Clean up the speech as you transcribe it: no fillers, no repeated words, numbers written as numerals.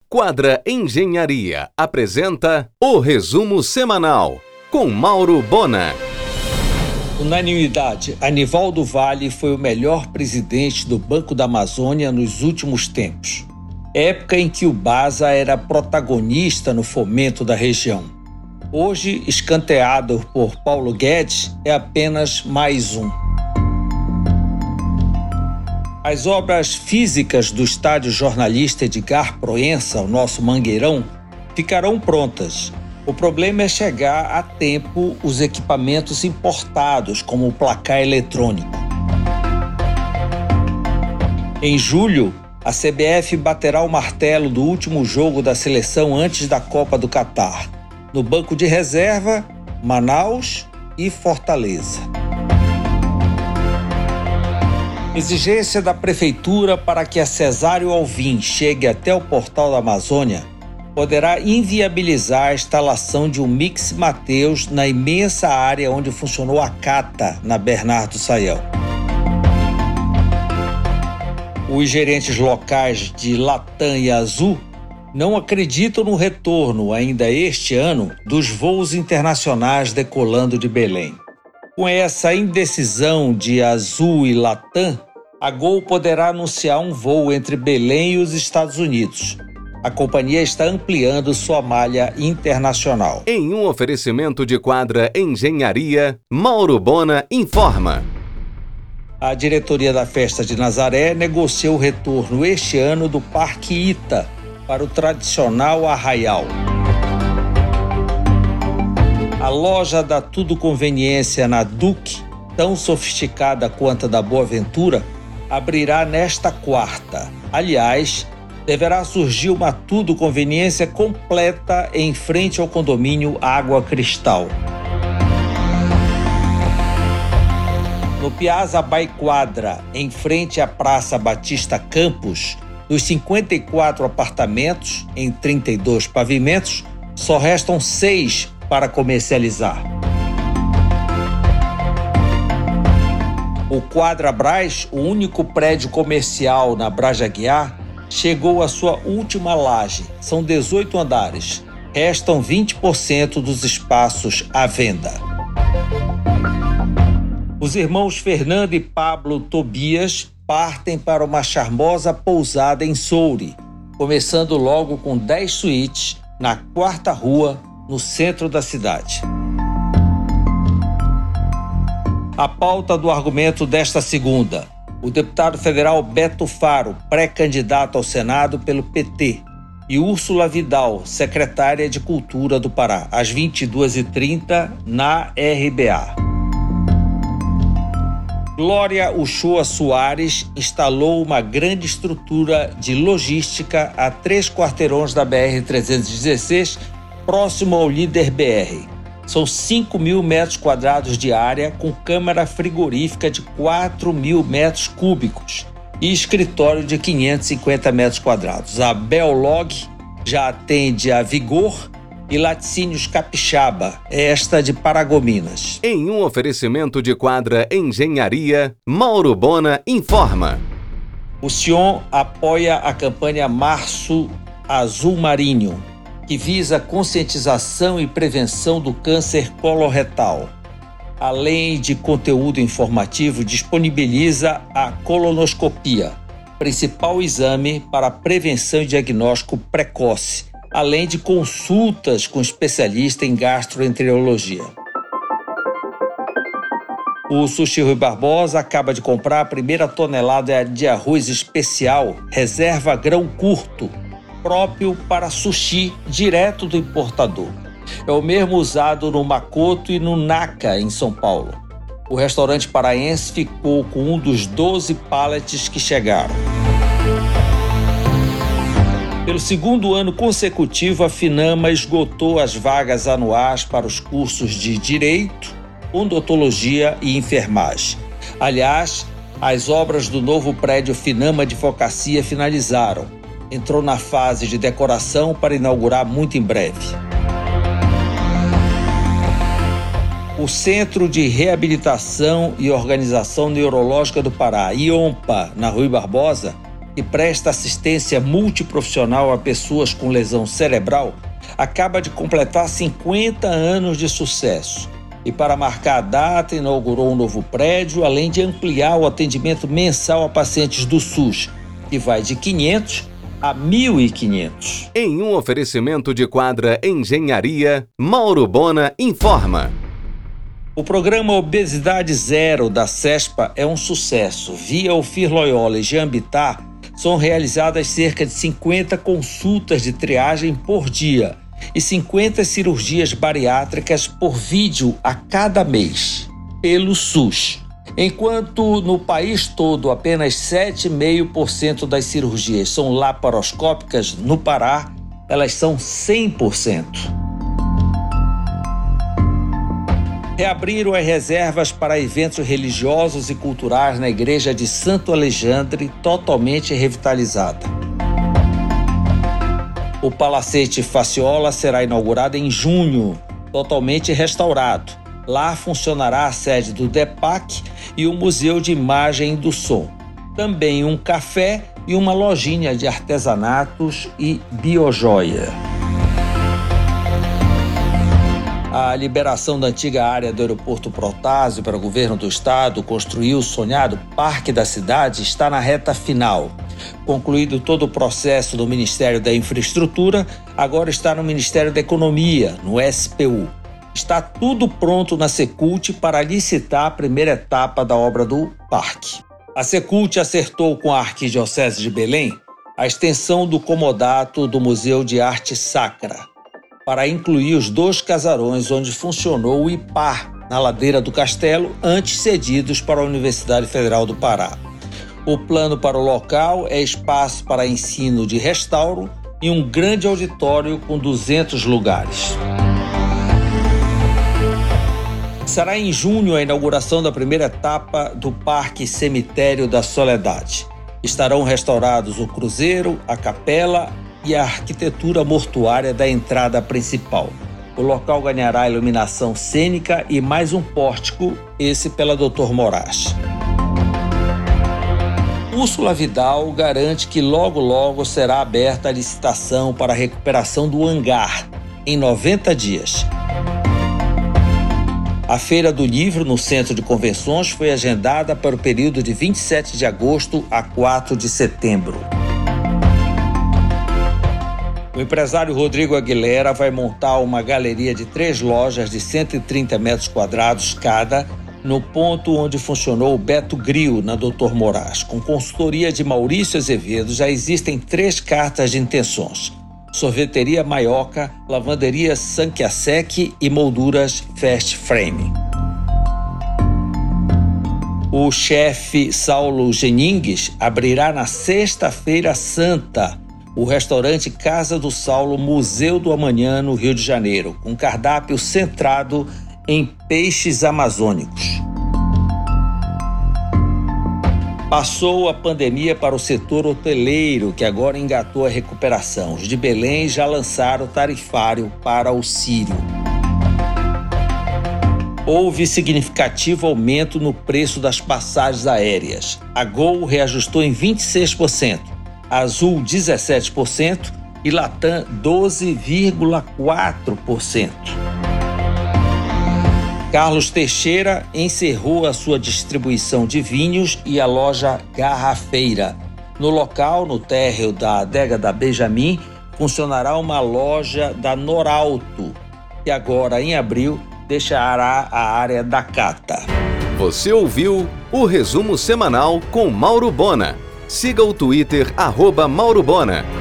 Quadra Engenharia apresenta o resumo semanal com Mauro Bona. Unanimidade, Anivaldo Vale foi o melhor presidente do Banco da Amazônia nos últimos tempos. Época em que o BASA era protagonista no fomento da região. Hoje, escanteado por Paulo Guedes, é apenas mais um. As obras físicas do estádio jornalista Edgar Proença, o nosso Mangueirão, ficarão prontas. O problema é chegar a tempo os equipamentos importados, como o placar eletrônico. Em julho, a CBF baterá o martelo do último jogo da seleção antes da Copa do Catar. No banco de reserva, Manaus e Fortaleza. Exigência da Prefeitura para que a Cesário Alvim chegue até o Portal da Amazônia poderá inviabilizar a instalação de um Mix Mateus na imensa área onde funcionou a Cata, na Bernardo Sayão. Os gerentes locais de Latam e Azul não acreditam no retorno, ainda este ano, dos voos internacionais decolando de Belém. Com essa indecisão de Azul e Latam, a Gol poderá anunciar um voo entre Belém e os Estados Unidos. A companhia está ampliando sua malha internacional. Em um oferecimento de Quadra Engenharia, Mauro Bona informa. A diretoria da Festa de Nazaré negociou o retorno este ano do Parque Ita para o tradicional arraial. A loja da Tudo Conveniência na Duque, tão sofisticada quanto a da Boa Ventura, abrirá nesta quarta. Aliás, deverá surgir uma Tudo Conveniência completa em frente ao condomínio Água Cristal. No Piazza Baiquadra, em frente à Praça Batista Campos, dos 54 apartamentos em 32 pavimentos, só restam 6 para comercializar. O Quadra Brás, o único prédio comercial na Brás Aguiar, chegou à sua última laje. São 18 andares. Restam 20% dos espaços à venda. Os irmãos Fernando e Pablo Tobias partem para uma charmosa pousada em Soure, começando logo com 10 suítes na 4ª Rua, no centro da cidade. A pauta do argumento desta segunda. O deputado federal Beto Faro, pré-candidato ao Senado pelo PT, e Úrsula Vidal, secretária de Cultura do Pará, às 22h30 na RBA. Glória Uchoa Soares instalou uma grande estrutura de logística a 3 quarteirões da BR-316, próximo ao Líder BR. São 5.000 metros quadrados de área, com câmara frigorífica de 4.000 metros cúbicos e escritório de 550 metros quadrados. A Bellog já atende a Vigor e Laticínios Capixaba, esta de Paragominas. Em um oferecimento de Quadra Engenharia, Mauro Bona informa. O Sion apoia a campanha Março Azul Marinho, que visa a conscientização e prevenção do câncer coloretal. Além de conteúdo informativo, disponibiliza a colonoscopia, principal exame para prevenção e diagnóstico precoce, além de consultas com especialista em gastroenterologia. O Sushi Rui Barbosa acaba de comprar a primeira tonelada de arroz especial, reserva grão curto, próprio para sushi direto do importador. É o mesmo usado no Makoto e no Naka, em São Paulo. O restaurante paraense ficou com um dos 12 pallets que chegaram. Pelo segundo ano consecutivo, a Finama esgotou as vagas anuais para os cursos de Direito, Odontologia e Enfermagem. Aliás, as obras do novo prédio Finama Advocacia finalizaram. Entrou na fase de decoração para inaugurar muito em breve. O Centro de Reabilitação e Organização Neurológica do Pará, IOMPA, na Rui Barbosa, que presta assistência multiprofissional a pessoas com lesão cerebral, acaba de completar 50 anos de sucesso. E para marcar a data, inaugurou um novo prédio, além de ampliar o atendimento mensal a pacientes do SUS, que vai de 500 a 1.500. Em um oferecimento de Quadra Engenharia, Mauro Bona informa. O programa Obesidade Zero da CESPA é um sucesso. Via Ofir Loyola e Jean Bittar, são realizadas cerca de 50 consultas de triagem por dia e 50 cirurgias bariátricas por vídeo a cada mês, pelo SUS. Enquanto no país todo apenas 7,5% das cirurgias são laparoscópicas, no Pará elas são 100%. Reabriram as reservas para eventos religiosos e culturais na igreja de Santo Alexandre, totalmente revitalizada. O Palacete Faciola será inaugurado em junho, totalmente restaurado. Lá funcionará a sede do DEPAC e o Museu de Imagem do Som. Também um café e uma lojinha de artesanatos e biojoia. A liberação da antiga área do aeroporto Protásio para o governo do estado construir o sonhado Parque da Cidade está na reta final. Concluído todo o processo no Ministério da Infraestrutura, agora está no Ministério da Economia, no SPU. Está tudo pronto na Secult para licitar a primeira etapa da obra do parque. A Secult acertou com a Arquidiocese de Belém a extensão do comodato do Museu de Arte Sacra, para incluir os 2 casarões onde funcionou o IPAR, na ladeira do castelo, antes cedidos para a Universidade Federal do Pará. O plano para o local é espaço para ensino de restauro e um grande auditório com 200 lugares. Será em junho a inauguração da primeira etapa do Parque Cemitério da Soledade. Estarão restaurados o cruzeiro, a capela e a arquitetura mortuária da entrada principal. O local ganhará iluminação cênica e mais um pórtico, esse pela Dr. Moraes. Úrsula Vidal garante que logo será aberta a licitação para a recuperação do hangar, em 90 dias. A Feira do Livro no Centro de Convenções foi agendada para o período de 27 de agosto a 4 de setembro. O empresário Rodrigo Aguilera vai montar uma galeria de 3 lojas de 130 metros quadrados cada no ponto onde funcionou o Beto Grill, na Dr. Moraes. Com consultoria de Maurício Azevedo, já existem 3 cartas de intenções: sorveteria Maioca, lavanderia Sankiasek e molduras Fast Frame. O chefe Saulo Geningues abrirá na Sexta-feira Santa o restaurante Casa do Saulo, Museu do Amanhã, no Rio de Janeiro, com cardápio centrado em peixes amazônicos. Passou a pandemia para o setor hoteleiro, que agora engatou a recuperação. Os de Belém já lançaram o tarifário para o Sírio. Houve significativo aumento no preço das passagens aéreas. A Gol reajustou em 26%, Azul 17% e Latam 12,4%. Carlos Teixeira encerrou a sua distribuição de vinhos e a loja Garrafeira. No local, no térreo da adega da Benjamin, funcionará uma loja da Norauto, que agora, em abril, deixará a área da Cata. Você ouviu o resumo semanal com Mauro Bona. Siga o Twitter @Mauro Bona.